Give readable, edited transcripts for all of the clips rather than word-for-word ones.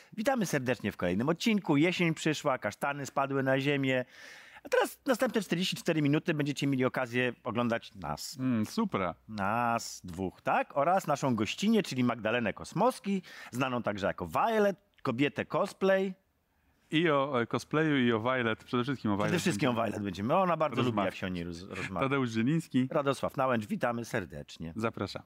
Witamy serdecznie w kolejnym odcinku. Jesień przyszła, kasztany spadły na ziemię. A teraz następne 44 minuty będziecie mieli okazję oglądać nas. Super. Nas dwóch, tak? Oraz naszą gościnię, czyli Magdalenę Kosmowski, znaną także jako Violet, kobietę cosplay. I o cosplayu, i o Violet, przede wszystkim o Violet. Przede wszystkim o Violet będziemy. Ona bardzo lubi, jak się o niej rozmawia. Tadeusz Zieliński. Radosław Nałęcz, witamy serdecznie. Zapraszamy.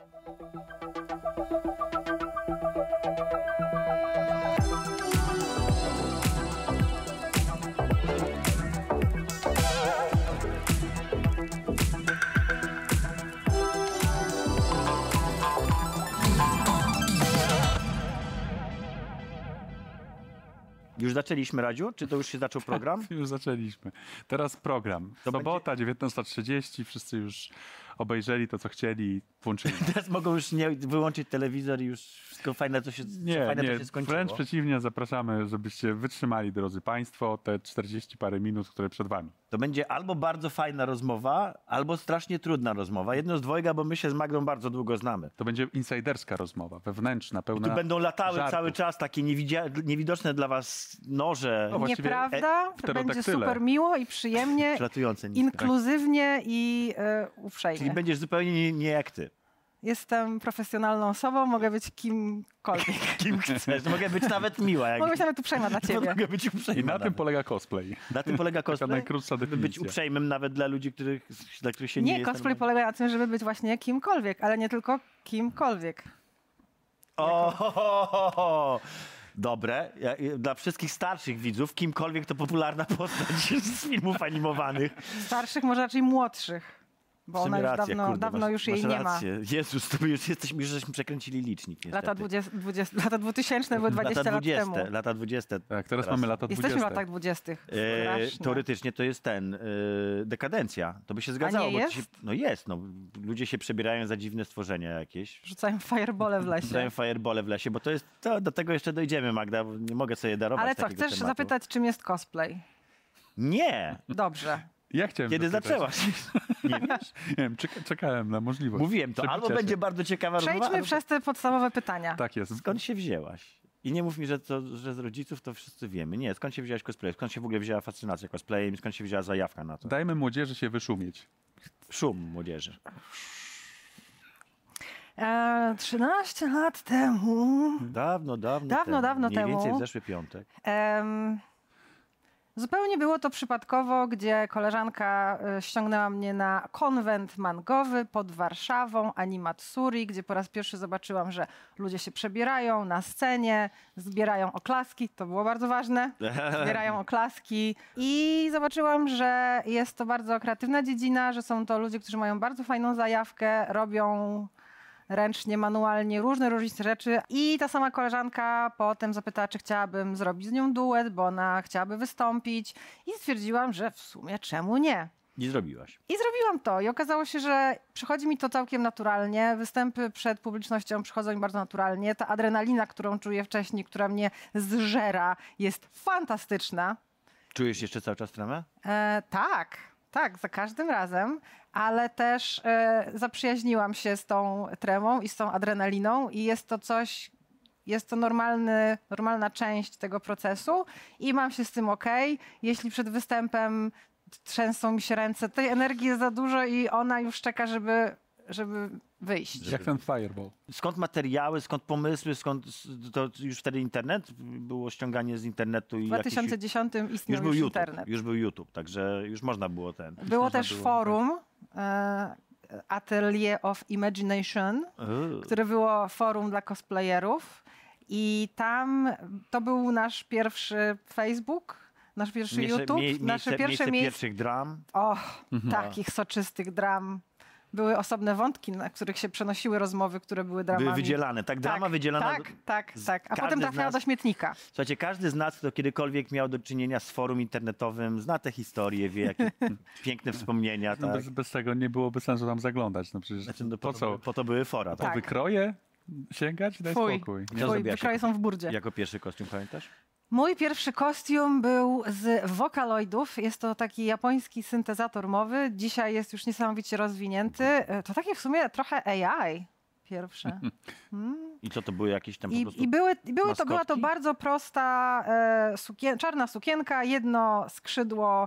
Już zaczęliśmy, Radziu? Czy to już się zaczął program? Już zaczęliśmy. Teraz program. Sobota, 19:30. Wszyscy już obejrzeli to, co chcieli i włączyli. Teraz mogą już nie wyłączyć telewizor i już wszystko fajne, co się skończyło. Wręcz przeciwnie, zapraszamy, żebyście wytrzymali, drodzy Państwo, te 40 parę minut, które przed Wami. To będzie albo bardzo fajna rozmowa, albo strasznie trudna rozmowa. Jedno z dwojga, bo my się z Magdą bardzo długo znamy. To będzie insiderska rozmowa, wewnętrzna, pełna Tu będą latały żartów. cały czas takie niewidoczne dla was noże. No właściwie Nieprawda? Będzie super miło i przyjemnie, inkluzywnie i uprzejmie. Czyli będziesz zupełnie nie jak ty. Jestem profesjonalną osobą, mogę być kimkolwiek. Kim chcesz. Mogę być nawet miła. Mogę być nawet uprzejma dla ciebie. Mogę być uprzejma. I na tym polega cosplay. Na tym polega cosplay? Taka najkrótsza definicja. Być uprzejmym nawet dla ludzi, dla których się nie jest. Nie, cosplay polega na tym, żeby być właśnie kimkolwiek, ale nie tylko kimkolwiek. Dobre. Dla wszystkich starszych widzów, kimkolwiek to popularna postać z filmów animowanych. Starszych, może raczej młodszych. Bo ona już dawno już jej nie ma. Jezus, to my już żeśmy przekręcili licznik. Niestety. Lata 2000 były 20 lat temu. Lata 20. Tak, teraz mamy lata 20. Jesteśmy w latach 20. Teoretycznie to jest dekadencja. To by się zgadzało. A nie jest? No jest. No. Ludzie się przebierają za dziwne stworzenia jakieś. Rzucają firebole w lesie. Rzucają firebole w lesie, bo do tego jeszcze dojdziemy, Magda. Nie mogę sobie darować. Ale co, chcesz zapytać, czym jest cosplay? Nie. Dobrze. Ja chciałem Kiedy zaczęłaś? Nie wiesz? Nie wiem, czekałem na możliwość. Mówiłem to. Albo będzie bardzo ciekawa rozmowa. Przejdźmy przez te podstawowe pytania. Tak jest. Skąd się wzięłaś? I nie mów mi, że z rodziców to wszyscy wiemy. Nie, skąd się wzięłaś cosplay? Skąd się w ogóle wzięła fascynacja cosplayem? Skąd się wzięła zajawka na to? Dajmy młodzieży się wyszumieć. Szum młodzieży. 13 lat temu. Dawno temu. Mniej więcej w zeszły piątek. Zupełnie było to przypadkowo, gdzie koleżanka ściągnęła mnie na konwent mangowy pod Warszawą, Animatsuri, gdzie po raz pierwszy zobaczyłam, że ludzie się przebierają na scenie, zbierają oklaski, to było bardzo ważne, zbierają oklaski i zobaczyłam, że jest to bardzo kreatywna dziedzina, że są to ludzie, którzy mają bardzo fajną zajawkę, robią ręcznie, manualnie, różne rzeczy. I ta sama koleżanka potem zapytała, czy chciałabym zrobić z nią duet, bo ona chciałaby wystąpić. I stwierdziłam, że w sumie czemu nie? I zrobiłaś. I zrobiłam to. I okazało się, że przychodzi mi to całkiem naturalnie. Występy przed publicznością przychodzą mi bardzo naturalnie. Ta adrenalina, którą czuję wcześniej, która mnie zżera, jest fantastyczna. Czujesz jeszcze cały czas tremę? Tak, za każdym razem, ale też zaprzyjaźniłam się z tą tremą i z tą adrenaliną i jest to normalna część tego procesu i mam się z tym okej. Jeśli przed występem trzęsą mi się ręce, tej energii jest za dużo i ona już czeka, żeby wyjść. Jak ten fireball. Skąd materiały, skąd pomysły, skąd to już wtedy internet? Było ściąganie z internetu i w 2010 istniał już internet. Już był YouTube, także już można było Było też forum Atelier of Imagination, które było forum dla cosplayerów i tam to był nasz pierwszy Facebook, nasz pierwszy YouTube, nasze pierwsze pierwszych dram. Takich soczystych dram. Były osobne wątki, na których się przenosiły rozmowy, które były dramami. Były wydzielane. Tak, drama wydzielana. Tak. A potem trafiała do śmietnika. Słuchajcie, każdy z nas, kto kiedykolwiek miał do czynienia z forum internetowym, zna tę historię, wie, jakie piękne wspomnienia. No tak. bez tego nie byłoby sensu tam zaglądać. No przecież po to były fora. Po wykroje sięgać? Daj spokój. Wykroje są w burdzie. Jako pierwszy kostium pamiętasz? Mój pierwszy kostium był z Vocaloidów. Jest to taki japoński syntezator mowy. Dzisiaj jest już niesamowicie rozwinięty. To takie w sumie trochę AI. pierwsze. I co to były jakieś tam po prostu... Była to maskotki? bardzo prosta czarna sukienka, jedno skrzydło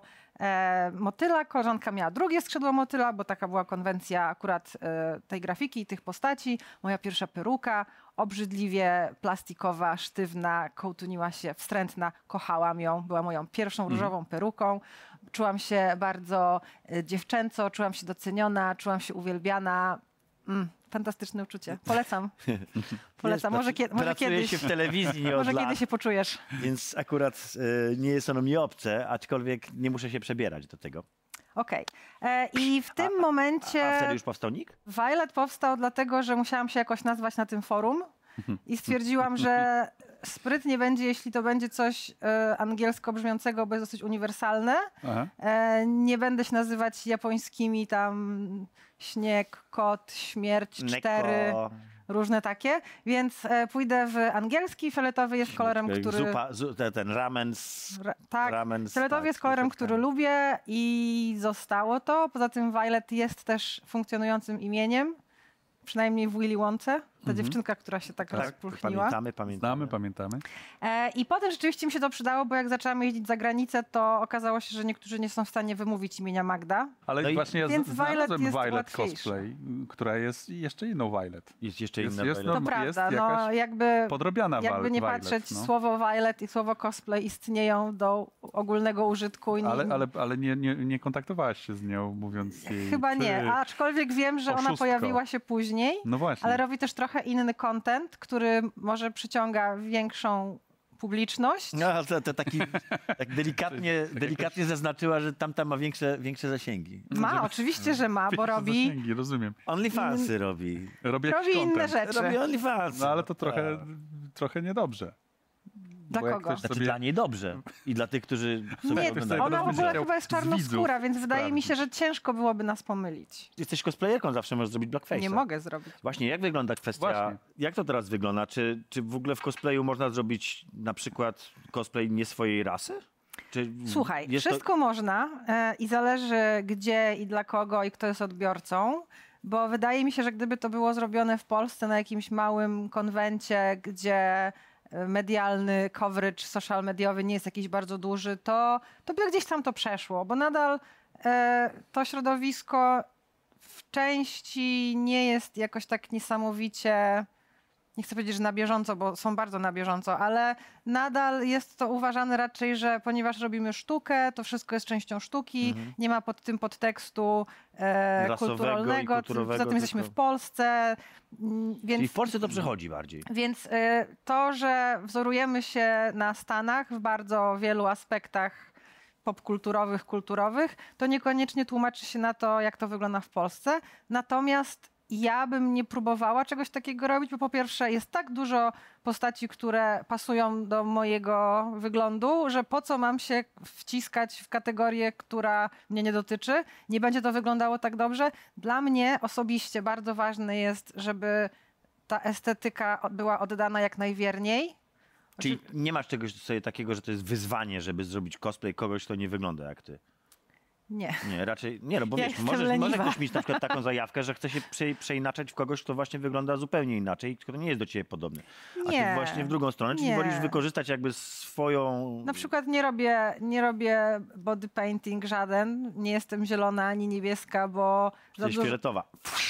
motyla, koleżanka miała drugie skrzydło motyla, bo taka była konwencja akurat tej grafiki i tych postaci. Moja pierwsza peruka, obrzydliwie plastikowa, sztywna, kołtuniła się, wstrętna, kochałam ją, była moją pierwszą różową peruką. Czułam się bardzo dziewczęco, czułam się doceniona, czułam się uwielbiana. Fantastyczne uczucie. Polecam. Polecam. Może kiedyś się w telewizji nie od może lat, kiedyś się poczujesz. więc akurat nie jest ono mi obce, aczkolwiek nie muszę się przebierać do tego. Okej. I w tym momencie A wtedy już powstał nick? Violet powstał dlatego, że musiałam się jakoś nazwać na tym forum i stwierdziłam, że sprytnie będzie, jeśli to będzie coś angielsko brzmiącego, bo jest dosyć uniwersalne. Aha. Nie będę się nazywać japońskimi tam śnieg, kot, śmierć, 4, Neko, różne takie, więc pójdę w angielski. Fioletowy jest kolorem, który... ten ramen z... Tak, ramen z- fioletowy tak, jest kolorem, z który lubię i zostało to. Poza tym Violet jest też funkcjonującym imieniem, przynajmniej w Willy Wonce. Ta dziewczynka, która się tak Tak, rozpulchniła. Znamy, pamiętamy. I potem rzeczywiście mi się to przydało, bo jak zaczęłam jeździć za granicę, to okazało się, że niektórzy nie są w stanie wymówić imienia Magda. Ale No i- właśnie ja Więc znalazłem Violet jest Violet łatwiejszy. cosplay, która jest jeszcze inną Violet. Jest jeszcze Jest- inna... jest To Jest prawda, no jakaś jakby... Podrobiana Jakby nie Violet, patrzeć, no. słowo Violet i słowo cosplay istnieją do ogólnego użytku. I Ale nie kontaktowałaś się z nią, mówiąc jej... chyba ty, nie, aczkolwiek wiem, że ona oszustko. pojawiła się później, No właśnie. ale robi też trochę inny content, który może przyciąga większą publiczność. No, ale to taki, tak delikatnie zaznaczyła, że tamta ma większe zasięgi. Ma, oczywiście, że ma, bo Większe robi zasięgi, rozumiem. OnlyFansy robi. Robi jakiś inne content. rzeczy. Robi OnlyFansy. No ale to trochę niedobrze. Dla Bo jak kogo? ktoś Znaczy sobie- dla niej dobrze. I dla tych, którzy sobie Nie, oglądają. ona w ogóle Widział chyba jest z czarnoskóra, widzów więc wydaje mi się, sprawdzić. że ciężko byłoby nas pomylić. Jesteś cosplayerką, zawsze możesz zrobić blackface'a. Nie mogę zrobić. Właśnie, jak wygląda kwestia, Właśnie. jak to teraz wygląda? Czy w ogóle w cosplayu można zrobić na przykład cosplay nie swojej rasy? Czy Słuchaj, jest to- wszystko można i zależy gdzie i dla kogo i kto jest odbiorcą, bo wydaje mi się, że gdyby to było zrobione w Polsce na jakimś małym konwencie, gdzie medialny coverage social mediowy nie jest jakiś bardzo duży, to by gdzieś tam to przeszło, bo nadal to środowisko w części nie jest jakoś tak niesamowicie, nie chcę powiedzieć, że na bieżąco, bo są bardzo na bieżąco, ale nadal jest to uważane raczej, że ponieważ robimy sztukę, to wszystko jest częścią sztuki, nie ma pod tym podtekstu Rasowego i kulturalnego, kulturowego, poza tym jesteśmy tylko- w Polsce, więc... Czyli w Polsce to przechodzi bardziej. Więc to, że wzorujemy się na Stanach w bardzo wielu aspektach popkulturowych, kulturowych, to niekoniecznie tłumaczy się na to, jak to wygląda w Polsce. Natomiast ja bym nie próbowała czegoś takiego robić, bo po pierwsze jest tak dużo postaci, które pasują do mojego wyglądu, że po co mam się wciskać w kategorię, która mnie nie dotyczy. Nie będzie to wyglądało tak dobrze. Dla mnie osobiście bardzo ważne jest, żeby ta estetyka była oddana jak najwierniej. Czyli nie masz czegoś sobie takiego, że to jest wyzwanie, żeby zrobić cosplay kogoś, kto nie wygląda jak ty. Nie. Nie, raczej nie, no bo Ja wiesz, jestem może leniwa. ktoś mieć na przykład taką zajawkę, że chce się przeinaczać w kogoś, kto właśnie wygląda zupełnie inaczej, kto nie jest do ciebie podobny. A ty Nie. właśnie w drugą stronę, czyli Nie. wolisz wykorzystać jakby swoją... Na przykład nie robię body painting żaden. Nie jestem zielona ani niebieska, bo Jesteś fioletowa.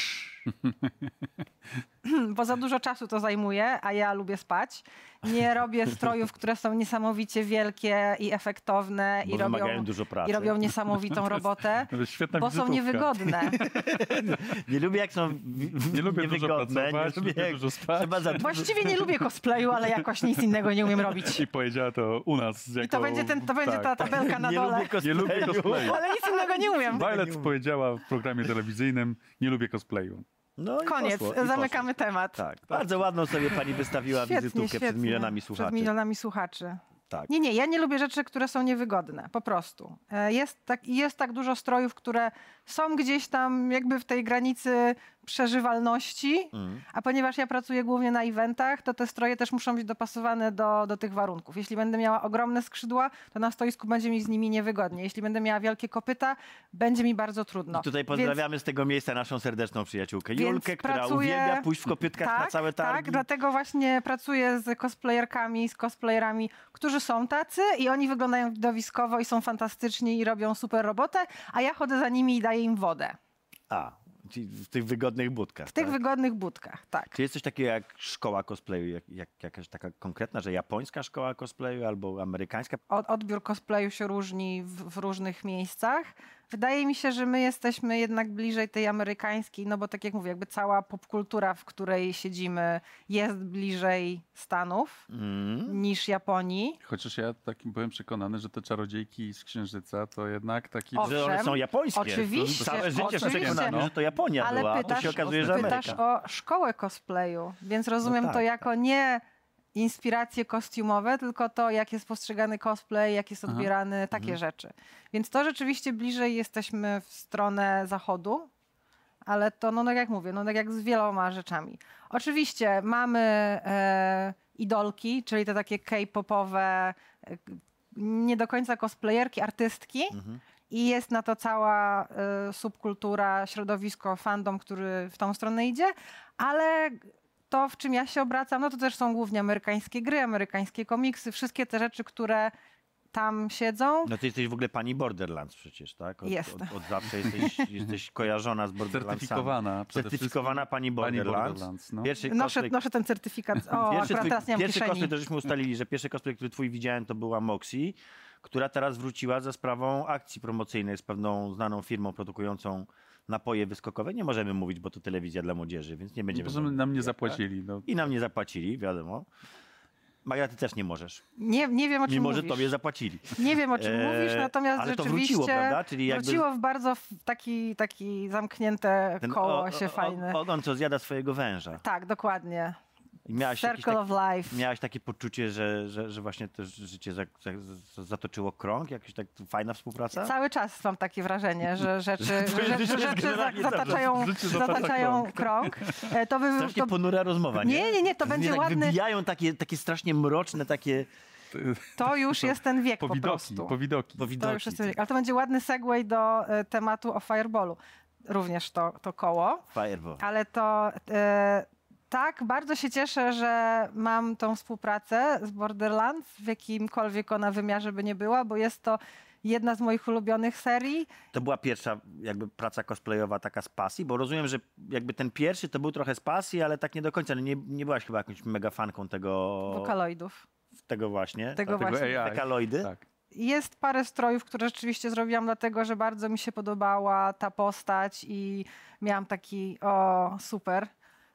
bo za dużo czasu to zajmuje, a ja lubię spać. Nie robię strojów, które są niesamowicie wielkie i efektowne Bo wymagają dużo pracy. i robią niesamowitą robotę, To jest świetna bo są wizytówka. niewygodne. Nie lubię jak są Nie lubię dużo niewygodne, pracować, nie lubię lubię jak dużo spać. trzeba za dużo... Właściwie nie lubię cosplayu, ale jakoś nic innego nie umiem robić. I powiedziała to u nas. I to będzie, ta tabelka na Nie dole. lubię Nie lubię cosplayu. cosplayu. Ale nic innego nie umiem. Violet powiedziała w programie telewizyjnym, nie lubię cosplayu. No i Koniec, poszło, i zamykamy temat. poszło. Tak, bardzo ładną sobie pani wystawiła wizytówkę przed milionami słuchaczy. Przed milionami słuchaczy. Tak. Nie, ja nie lubię rzeczy, które są niewygodne, po prostu. Jest tak dużo strojów, które są gdzieś tam jakby w tej granicy przeżywalności, a ponieważ ja pracuję głównie na eventach, to te stroje też muszą być dopasowane do tych warunków. Jeśli będę miała ogromne skrzydła, to na stoisku będzie mi z nimi niewygodnie. Jeśli będę miała wielkie kopyta, będzie mi bardzo trudno. I tutaj pozdrawiamy z tego miejsca naszą serdeczną przyjaciółkę Julkę, która pracuję... uwielbia pójść w kopytkach na całe targi. Tak, dlatego właśnie pracuję z cosplayerkami, z cosplayerami, którzy są tacy i oni wyglądają widowiskowo i są fantastyczni i robią super robotę, a ja chodzę za nimi i daję im wodę. Czyli w tych wygodnych budkach. W tych wygodnych budkach, tak. Czy jest coś takiego jak szkoła cosplayu, jakaś taka konkretna, że japońska szkoła cosplayu albo amerykańska? Odbiór cosplayu się różni w różnych miejscach. Wydaje mi się, że my jesteśmy jednak bliżej tej amerykańskiej, no bo tak jak mówię, jakby cała popkultura, w której siedzimy, jest bliżej Stanów niż Japonii. Chociaż ja takim byłem przekonany, że te czarodziejki z Księżyca to jednak taki... Owszem, że one są japońskie. oczywiście, Całe życie oczywiście. przekonany, że to Japonia Ale była, a tu się okazuje, że Ameryka. pytasz o szkołę cosplayu, więc rozumiem to jako nie inspiracje kostiumowe, tylko to, jak jest postrzegany cosplay, jak jest odbierany, takie rzeczy. Więc to rzeczywiście bliżej jesteśmy w stronę zachodu, ale to, no jak mówię, no tak jak z wieloma rzeczami. Oczywiście mamy idolki, czyli te takie K-popowe, nie do końca cosplayerki, artystki. I jest na to cała subkultura, środowisko, fandom, który w tą stronę idzie, ale to, w czym ja się obracam, no to też są głównie amerykańskie gry, amerykańskie komiksy, wszystkie te rzeczy, które tam siedzą. No ty jesteś w ogóle pani Borderlands przecież, tak? Jestem. Od zawsze jesteś kojarzona z Borderlandsami. Certyfikowana pani Borderlands. No. Noszę ten certyfikat. O, akurat teraz nie mam pierwszy kieszeni. cosplay, to żeśmy ustalili, że pierwszy cosplay, który twój widziałem, to była Moxie, która teraz wróciła za sprawą akcji promocyjnej z pewną znaną firmą produkującą napoje wyskokowe. Nie możemy mówić, bo to telewizja dla młodzieży, więc nie będziemy... Bo nam nie zapłacili. No. I nam nie zapłacili, wiadomo. Maja, ty też nie możesz. Nie wiem, o czym Mimo, mówisz. że tobie zapłacili. Nie wiem, o czym mówisz, natomiast ale to rzeczywiście wróciło, prawda? Czyli jakby... wróciło w bardzo taki zamknięte koło się fajne. Ogon, co zjada swojego węża. Tak, dokładnie. I miałaś Circle of Life. Miałaś takie poczucie, że właśnie to życie zatoczyło krąg? Jakaś tak fajna współpraca? Cały czas mam takie wrażenie, że rzeczy generalnie zataczają krąg. Strasznie ponura rozmowa, nie? Nie, to będzie tak ładny... wybijają takie strasznie mroczne, takie... To już jest ten wiek po prostu. Powidoki. To już jest ten wiek. Ale to będzie ładny segway do tematu o Fireballu. Również to koło. Fireball. Ale to... Tak, bardzo się cieszę, że mam tą współpracę z Borderlands, w jakimkolwiek ona wymiarze by nie była, bo jest to jedna z moich ulubionych serii. To była pierwsza jakby praca cosplayowa taka z pasji, bo rozumiem, że jakby ten pierwszy to był trochę z pasji, ale tak nie do końca. Nie byłaś chyba jakąś mega fanką tego... Wokaloidów. Tego właśnie. Tego właśnie. AI. Wokaloidy. Tak. Jest parę strojów, które rzeczywiście zrobiłam dlatego, że bardzo mi się podobała ta postać i miałam taki, super.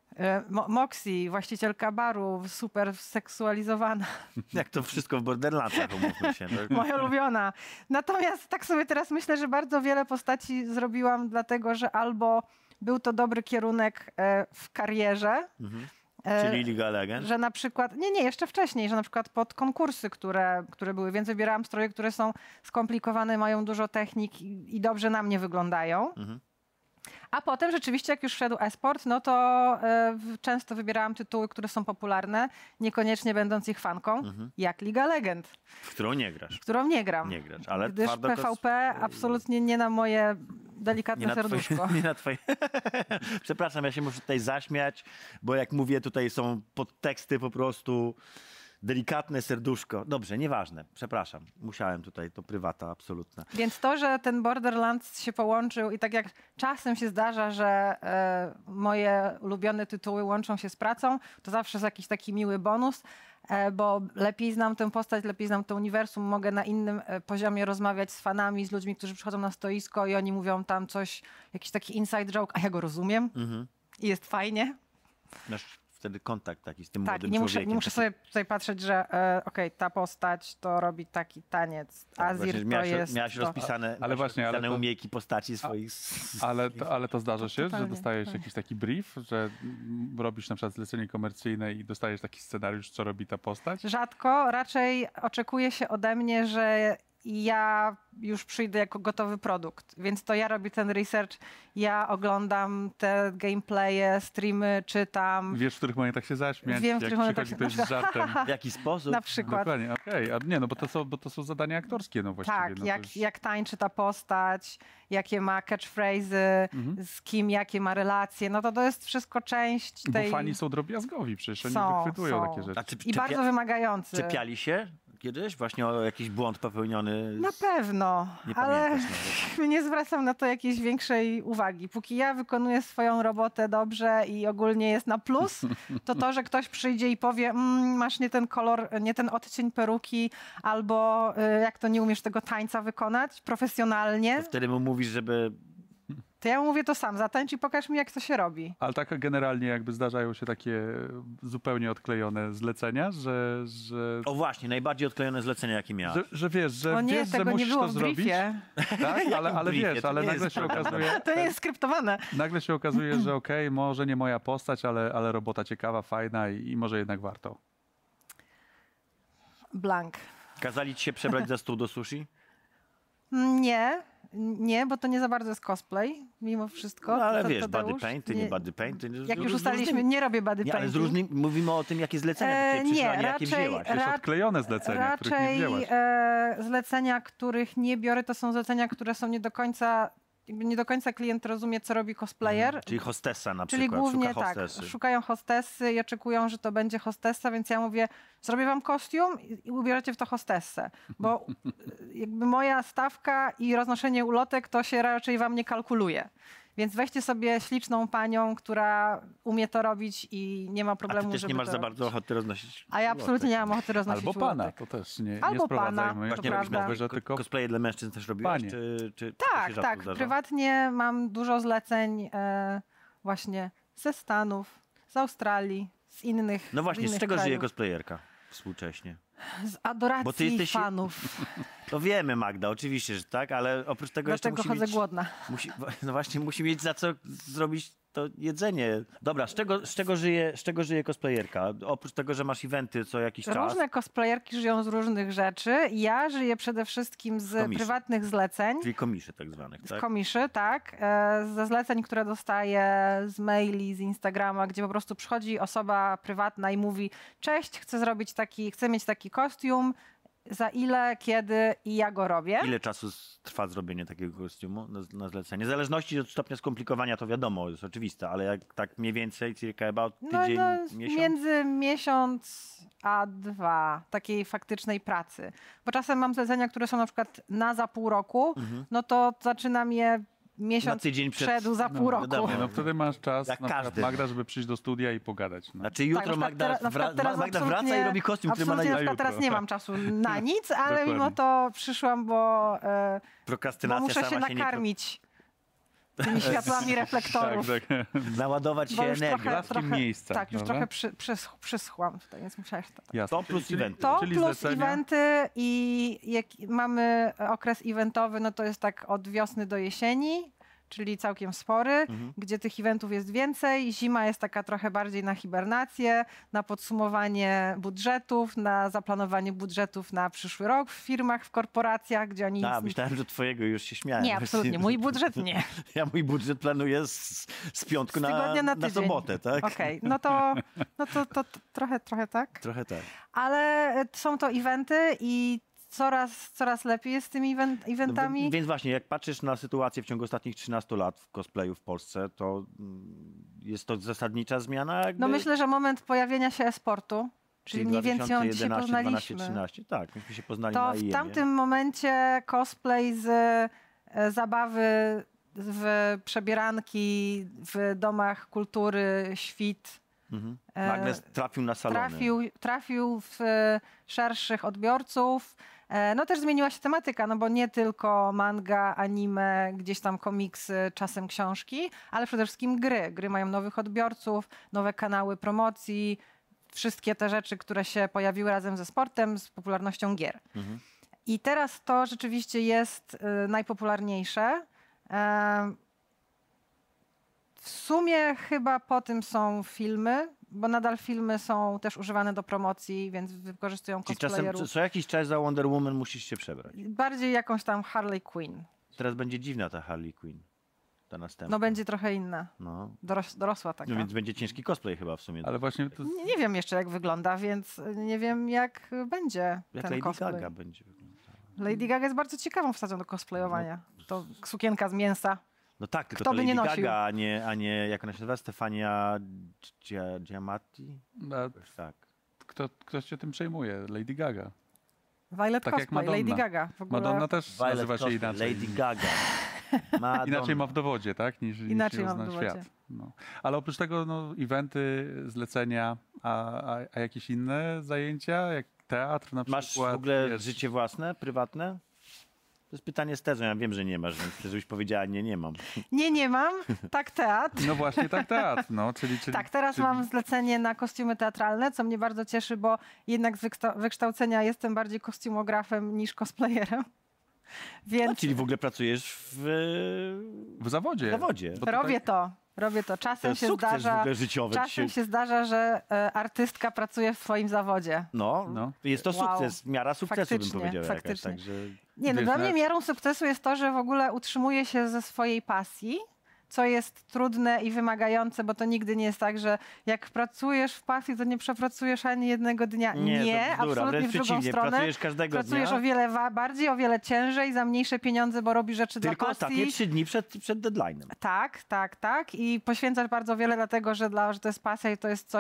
Moxie, właścicielka baru, super seksualizowana. Jak to wszystko w Borderlandsach, umówmy się. Moja ulubiona. Natomiast tak sobie teraz myślę, że bardzo wiele postaci zrobiłam dlatego, że albo był to dobry kierunek w karierze, Czyli League of Legends? że na przykład, nie, jeszcze wcześniej, że na przykład pod konkursy, które były, więc wybierałam stroje, które są skomplikowane, mają dużo technik i dobrze na mnie wyglądają. A potem rzeczywiście, jak już wszedł e-sport, no to często wybierałam tytuły, które są popularne, niekoniecznie będąc ich fanką, jak Liga Legend. W którą nie grasz. W którą nie gram. Nie grasz, ale gdyż twardo PvP absolutnie nie na moje delikatne serduszko. Nie na twoje... Przepraszam, ja się muszę tutaj zaśmiać, bo jak mówię, tutaj są podteksty po prostu... Delikatne serduszko. Dobrze, nieważne. Przepraszam. Musiałem tutaj, to prywata absolutna. Więc to, że ten Borderlands się połączył i tak jak czasem się zdarza, że moje ulubione tytuły łączą się z pracą, to zawsze jest jakiś taki miły bonus, bo lepiej znam tę postać, lepiej znam to uniwersum, mogę na innym poziomie rozmawiać z fanami, z ludźmi, którzy przychodzą na stoisko i oni mówią tam coś, jakiś taki inside joke, a ja go rozumiem i jest fajnie. Masz wtedy kontakt taki z tym tak, młodym nie człowiekiem. Nie muszę sobie tutaj patrzeć, że ta postać to robi taki taniec, Azir to jest... Miałaś to. rozpisane, ale właśnie, ale to, umiejki postaci swoich... Ale to zdarza się, totalnie, że dostajesz jakiś taki brief, że robisz na przykład zlecenie komercyjne i dostajesz taki scenariusz, co robi ta postać? Rzadko, raczej oczekuje się ode mnie, że i ja już przyjdę jako gotowy produkt. Więc to ja robię ten research, ja oglądam te gameplaye, streamy, czytam. Wiesz, w których momentach się zaśmiać, Wiem, w jak których momentach przychodzi się- ktoś z żartem. W jaki sposób? Na przykład. Dokładnie, okej. A nie, no bo to są zadania aktorskie, no właściwie. Tak, no, to już- jak tańczy ta postać, jakie ma catchphrase'y, z kim jakie ma relacje, no to jest wszystko część Bo tej... fani są drobiazgowi, przecież oni Są, wychwytują są. takie rzeczy. A czy I bardzo wymagający. czepiali się kiedyś właśnie o jakiś błąd popełniony? Na pewno, Nie ale pamiętasz nawet. nie zwracam na to jakiejś większej uwagi. Póki ja wykonuję swoją robotę dobrze i ogólnie jest na plus, to, że ktoś przyjdzie i powie, masz nie ten kolor, nie ten odcień peruki, albo jak to nie umiesz tego tańca wykonać profesjonalnie, Wtedy mu mówisz, żeby... to ja mu mówię to sam, zatańcz i pokaż mi, jak to się robi. Ale tak generalnie jakby zdarzają się takie zupełnie odklejone zlecenia, że, O właśnie, najbardziej odklejone zlecenia, jakie miałeś. że wiesz, że O nie, wiesz, że tego nie musisz było to w zrobić. briefie. Tak, ale briefie? wiesz, To ale nie nagle jest się prawda. okazuje, To nie jest skryptowane. nagle się okazuje, że okej, może nie moja postać, ale robota ciekawa, fajna i może jednak warto. Blank. Kazali ci się przebrać za stół do sushi? Nie, bo to nie za bardzo jest cosplay, mimo wszystko. No ale To- wiesz, Tadeusz, body painty, nie body painty. Jak już ustaliliśmy, nie robię body Nie, ale z painting. różnymi, mówimy o tym, jakie zlecenia do ciebie nie, przyszły, a nie jakie raczej- wzięłaś. To jest odklejone zlecenia, których nie Raczej wzięłaś. zlecenia, których nie biorę, to są zlecenia, które są nie do końca, jakby nie do końca klient rozumie, co robi cosplayer. Czyli hostessa na Czyli przykład, głównie szuka tak, hostessy. szukają hostessy i oczekują, że to będzie hostessa, więc ja mówię, zrobię wam kostium i ubieracie w to hostessę, bo jakby moja stawka i roznoszenie ulotek to się raczej wam nie kalkuluje. Więc weźcie sobie śliczną panią, która umie to robić i nie ma A problemu, ty też żeby nie masz to za robić. bardzo ochoty roznosić A ja absolutnie ulotek. nie mam ochoty roznosić Albo pana, ulotek. to też nie Albo sprowadzajmy. pana, Ja to nie prawda. mówię, że tylko Cosplaye dla mężczyzn też robiłaś? Panie. Czy Tak, się rzadko tak. zdarza? Prywatnie mam dużo zleceń właśnie ze Stanów, z Australii, z innych No właśnie, z innych czego żyje krajów. cosplayerka współcześnie? Z adoracji Bo ty jesteś- fanów. To wiemy, Magda, oczywiście, że tak, ale oprócz tego jeszcze Dlatego musi chodzę mieć... głodna. No właśnie, musi mieć za co zrobić to jedzenie. Dobra, z czego żyje cosplayerka? Oprócz tego, że masz eventy co jakiś czas. Różne cosplayerki żyją z różnych rzeczy. Ja żyję przede wszystkim z Komisji. prywatnych zleceń. Czyli komiszy tak zwanych, Z tak? komiszy, tak. Ze zleceń, które dostaję z maili, z Instagrama, gdzie po prostu przychodzi osoba prywatna i mówi: cześć, chcę mieć taki kostium, za ile, kiedy i ja go robię. Ile czasu trwa zrobienie takiego kostiumu na zlecenie? W zależności od stopnia skomplikowania to wiadomo, jest oczywiste, ale jak tak mniej więcej, circa about tydzień, miesiąc? Między miesiąc a 2 takiej faktycznej pracy. Bo czasem mam zlecenia, które są na przykład za pół roku, no to zaczynam je miesiąc Na tydzień przed- za pół roku. wiadomo. Nie, no wtedy masz czas, Jak na przykład każdy. Magda, żeby przyjść do studia i pogadać. No. Znaczy jutro Tak, na przykład Magda, na przykład teraz Magda wraca i absolutnie- robi kostium, który ma na absolutnie na jutro. przykład teraz nie mam czasu na nic, ale Dokładnie. mimo to przyszłam, bo Prokrastynacja muszę się sama się nakarmić tymi światłami reflektorów. Tak, tak. naładować Bo się już energią. Blaskiem miejsca, Tak, już prawda? trochę przyschłam tutaj, więc musiałam się Jasne. To plus eventy. To Czyli plus zlecenia? eventy i jak mamy okres eventowy, no to jest tak od wiosny do jesieni, czyli całkiem spory, gdzie tych eventów jest więcej. Zima jest taka trochę bardziej na hibernację, na podsumowanie budżetów, na zaplanowanie budżetów na przyszły rok w firmach, w korporacjach, gdzie oni... A, myślałem, że twojego już się śmiałem. Nie, absolutnie. Mój budżet nie. Ja mój budżet planuję z piątku Z tygodnia na na tydzień. sobotę, tak? Okej, no to trochę tak. Trochę tak. Ale są to eventy i coraz lepiej jest z tymi eventami. No, więc właśnie, jak patrzysz na sytuację w ciągu ostatnich 13 lat w cosplayu w Polsce, to jest to zasadnicza zmiana? Jakby? No myślę, że moment pojawienia się e-sportu, czyli mniej więcej on się 2011, 12, poznaliśmy, 13. Tak, myśmy się poznali to na w IEM-ie. tamtym momencie cosplay z zabawy w przebieranki w domach kultury, świt Nagle trafił na salony. trafił w szerszych odbiorców. No też zmieniła się tematyka, no bo nie tylko manga, anime, gdzieś tam komiksy, czasem książki, ale przede wszystkim gry. Gry mają nowych odbiorców, nowe kanały promocji, wszystkie te rzeczy, które się pojawiły razem ze sportem, z popularnością gier. I teraz to rzeczywiście jest najpopularniejsze. W sumie chyba po tym są filmy bo nadal filmy są też używane do promocji, więc wykorzystują Czyli czasem, cosplayerów. co jakiś czas za Wonder Woman musisz się przebrać. Bardziej jakąś tam Harley Quinn. Teraz będzie dziwna ta Harley Quinn. Ta następna. No będzie trochę inna. No. Dorosła taka. No więc będzie ciężki cosplay chyba w sumie. Ale właśnie to, Nie wiem jeszcze jak wygląda, więc nie wiem jak będzie Jak ten Lady cosplay. Gaga będzie wyglądała. Lady Gaga jest bardzo ciekawą wstawą do cosplayowania. To sukienka z mięsa. No tak, tylko Kto to by Lady nie nosił? Gaga, a nie jak ona się nazywa? Stefania Giamatti? Tak. ktoś się tym przejmuje, Lady Gaga. Violet Tak jak cosplay, Madonna. Lady Gaga. W ogóle Madonna też Violet nazywa się Cosplay, inaczej. Lady Gaga. Madonna. Inaczej ma w dowodzie, tak? Niż Inaczej niż ma ją w zna dowodzie. świat. No. Ale oprócz tego no, eventy, zlecenia, a jakieś inne zajęcia, jak teatr na Masz przykład. w ogóle wiesz, życie własne, prywatne? To jest pytanie z tezą. Ja wiem, że nie masz, więc chcę, żebyś powiedziała nie mam. Nie mam. Tak, teatr. No właśnie, tak teatr. No, czyli, Tak, teraz mam zlecenie na kostiumy teatralne, co mnie bardzo cieszy, bo jednak z wykształcenia jestem bardziej kostiumografem niż cosplayerem. No, Więc czyli w ogóle pracujesz w zawodzie. w zawodzie. Bo robię to. To Czasem jest się sukces w zdarza, ogóle życiowy. czasem się zdarza, że artystka pracuje w swoim zawodzie. No, jest to Wow. sukces, miara sukcesu bym Faktycznie, powiedział jakaś, faktycznie. także... Nie, no Wiesz, dla mnie nawet- miarą sukcesu jest to, że w ogóle utrzymuję się ze swojej pasji, co jest trudne i wymagające, bo to nigdy nie jest tak, że jak pracujesz w pasji, to nie przepracujesz ani jednego dnia. to Nie, bzdura, absolutnie wręcz w drugą przeciwnie, stronę. pracujesz każdego Pracujesz dnia. o wiele bardziej, o wiele ciężej, za mniejsze pieniądze, bo robisz rzeczy Tylko dla ostatnie pasji. 3 dni przed deadline'em. Tak. I poświęcasz bardzo wiele, dlatego że to jest pasja i to jest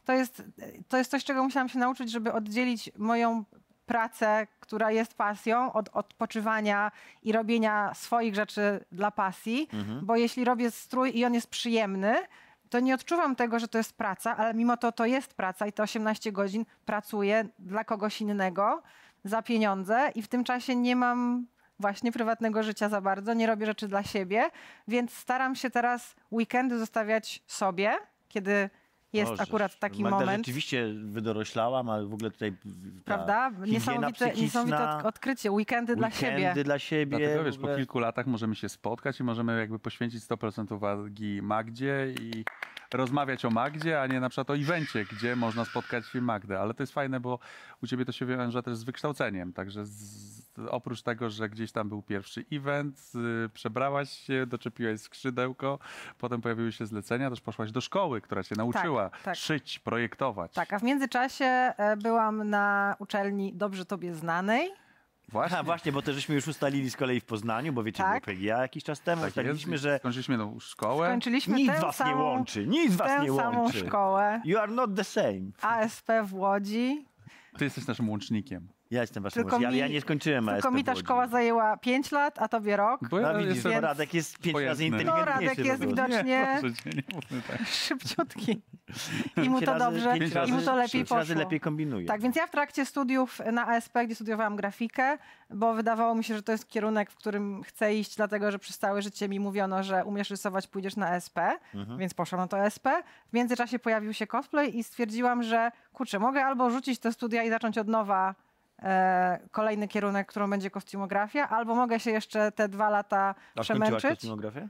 coś, czego musiałam się nauczyć, żeby oddzielić moją pracę, która jest pasją, od odpoczywania i robienia swoich rzeczy dla pasji. Bo jeśli robię strój i on jest przyjemny, to nie odczuwam tego, że to jest praca, ale mimo to jest praca i te 18 godzin pracuję dla kogoś innego za pieniądze i w tym czasie nie mam właśnie prywatnego życia za bardzo, nie robię rzeczy dla siebie, więc staram się teraz weekendy zostawiać sobie, kiedy jest Boże, akurat taki Magda moment. rzeczywiście wydoroślałam, ale w ogóle tutaj... Prawda? higiena Niesamowite odkrycie. Weekendy dla siebie. Weekendy dla siebie. Dlatego w wiesz, po ogóle. kilku latach możemy się spotkać i możemy jakby poświęcić 100% uwagi Magdzie i rozmawiać o Magdzie, a nie na przykład o evencie, gdzie można spotkać Magdę. Ale to jest fajne, bo u ciebie to się wiąże też z wykształceniem. Także oprócz tego, że gdzieś tam był pierwszy event, przebrałaś się, doczepiłaś skrzydełko, potem pojawiły się zlecenia, też poszłaś do szkoły, która cię nauczyła tak. szyć, projektować. Tak, a w międzyczasie byłam na uczelni dobrze tobie znanej. Właśnie. Aha, właśnie, bo to żeśmy już ustalili z kolei w Poznaniu, bo wiecie, Tak. było PGA jakiś czas temu. Tak Ustaliliśmy, jest. że Skończyliśmy szkołę. Skończyliśmy nic tę was nie samą, łączy. Nic was tę nie samą łączy. szkołę. You are not the same. ASP w Łodzi. Ty jesteś naszym łącznikiem. Ja jestem waszym Tylko ale mi- ja nie skończyłem Tylko ASP mi ta w Łodzi. szkoła zajęła 5 lat, a tobie rok. Bo ja No widzisz, jestem więc- Radek jest 5 razy pojętny. inteligentniejszy. No, Radek jest po prostu. widocznie Proszę cię, nie mówmy tak. szybciutki. I mu Pięć to razy- dobrze, pięć i mu to lepiej 5 razy poszło. lepiej kombinuje. Tak, więc ja w trakcie studiów na ASP, gdzie studiowałam grafikę, bo wydawało mi się, że to jest kierunek, w którym chcę iść, dlatego że przez całe życie mi mówiono, że umiesz rysować, pójdziesz na ASP, więc poszłam na to ASP. W międzyczasie pojawił się cosplay i stwierdziłam, że kurczę, mogę albo rzucić te studia i zacząć od nowa kolejny kierunek, którą będzie kostiumografia, albo mogę się jeszcze te 2 lata A skończyłaś przemęczyć. kostiumografię?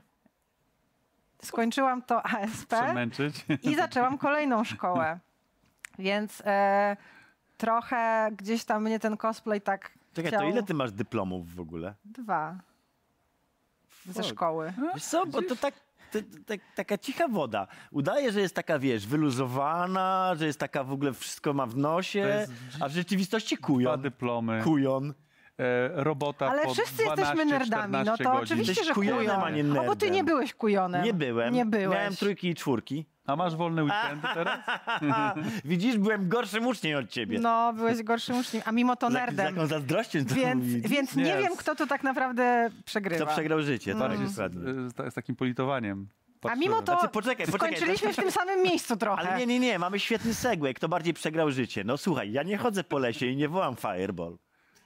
Skończyłam to ASP Przemęczyć. i zaczęłam kolejną szkołę. Więc trochę gdzieś tam mnie ten cosplay tak Czekaj, chciał... to ile ty masz dyplomów w ogóle? 2 ze Fuck. szkoły. Wiesz co, bo to taka cicha woda. Udaje, że jest taka, wiesz, wyluzowana, że jest taka w ogóle wszystko ma w nosie, To jest a w rzeczywistości 2 kujon. dyplomy. Kujon. Robota Ale po wszyscy 12, jesteśmy nerdami, no 14 to godzin. oczywiście, Jesteś że kujonem, kujon. a nie No bo ty nerdem. nie byłeś kujonem. Nie byłem. Nie byłeś. Miałem 3 i 4. A masz wolne weekendy teraz? Widzisz, byłem gorszym uczniem od ciebie. No, byłeś gorszym uczuciem, a mimo to Z nerdem. jaką zazdrością to Więc, mówić. więc nie Nie, wiem, kto tu tak naprawdę przegrywa. Kto przegrał życie, to Bardziej tak dokładnie. z takim politowaniem. A mimo to Znaczy, poczekaj. skończyliśmy w tym samym miejscu trochę. Ale nie, mamy świetny segway. Kto bardziej przegrał życie? No słuchaj, ja nie chodzę po lesie i nie wołam Fireball.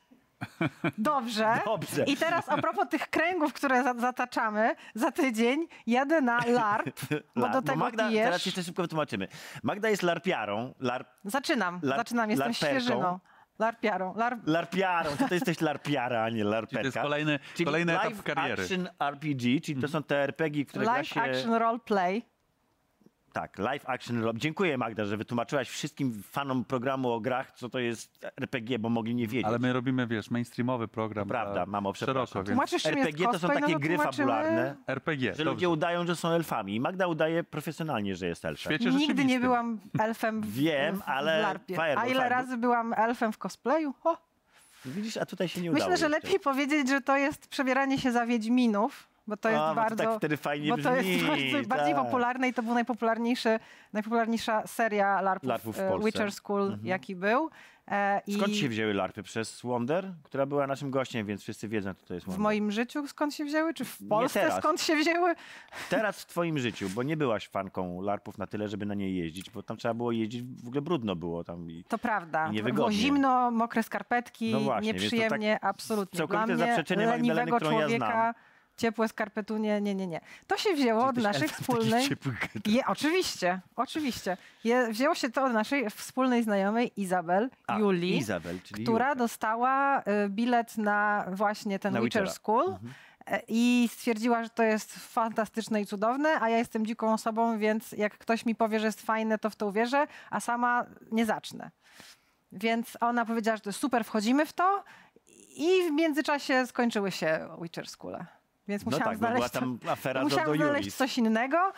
Dobrze. Dobrze. I teraz a propos tych kręgów, które zataczamy, za tydzień jadę na LARP, bo do tego Magda, pijesz. teraz jeszcze szybko wytłumaczymy. Magda jest larpiarą. Zaczynam, jestem larperką. świeżyną. Larpiarą. Larpiarą, to ty jesteś larpiara, a nie larperka. To jest kolejny etap w kariery. Action RPG, czyli to są te RPG, które gra Live się... action role play. Tak, live action role. Dziękuję, Magda, że wytłumaczyłaś wszystkim fanom programu o grach, co to jest RPG, bo mogli nie wiedzieć. Ale my robimy, wiesz, mainstreamowy program. Prawda, mamo, przepraszam. szeroko, więc Tłumaczysz, czym jest RPG to są cosplay, takie no to gry tłumaczymy. fabularne, RPG, że dobrze. ludzie udają, że są elfami. I Magda udaje profesjonalnie, że jest elfem. Świecie Nigdy nie rzeczywistym. byłam elfem Wiem, ale w larpie. Fireball, A ile Fireball. razy byłam elfem w cosplayu? O, Widzisz, a tutaj się nie udało myślę, że jeszcze. lepiej powiedzieć, że to jest przebieranie się za Wiedźminów, bo to jest Bo to bardzo... tak wtedy fajnie Bo to brzmi. jest bardziej tak. popularne i to był najpopularniejsza seria Larpów larpów w Polsce. Witcher School, jaki był. Skąd I się wzięły larpy? Przez Wonder, która była naszym gościem, więc wszyscy wiedzą, kto to jest w Wonder. moim życiu skąd się wzięły? Czy w Nie Polsce teraz. skąd się wzięły? Teraz w twoim życiu, bo nie byłaś fanką larpów na tyle, żeby na niej jeździć, bo tam trzeba było jeździć, w ogóle brudno było tam. I To prawda. I niewygodnie. Było zimno, mokre skarpetki, No właśnie, więc to nieprzyjemnie, absolutnie. Dla całkowite mnie, zaprzeczenie Magdaleny, leniwego którą ja człowieka, znam. ciepłe skarpetunie, nie. To się wzięło od Jesteś naszych elfem wspólnych... takich ciepłych gadów. Oczywiście. Wzięło się to od naszej wspólnej znajomej Izabel, A, Julii, Izabel, czyli która Julka. dostała bilet na właśnie ten Na Witcher Witchera. School i stwierdziła, że to jest fantastyczne i cudowne, a ja jestem dziką osobą, więc jak ktoś mi powie, że jest fajne, to w to uwierzę, a sama nie zacznę. Więc ona powiedziała, że to jest super, wchodzimy w to i w międzyczasie skończyły się Witcher School. Więc No musiałam tak, bo była znaleźć tam afera musiałam do znaleźć Juris. coś innego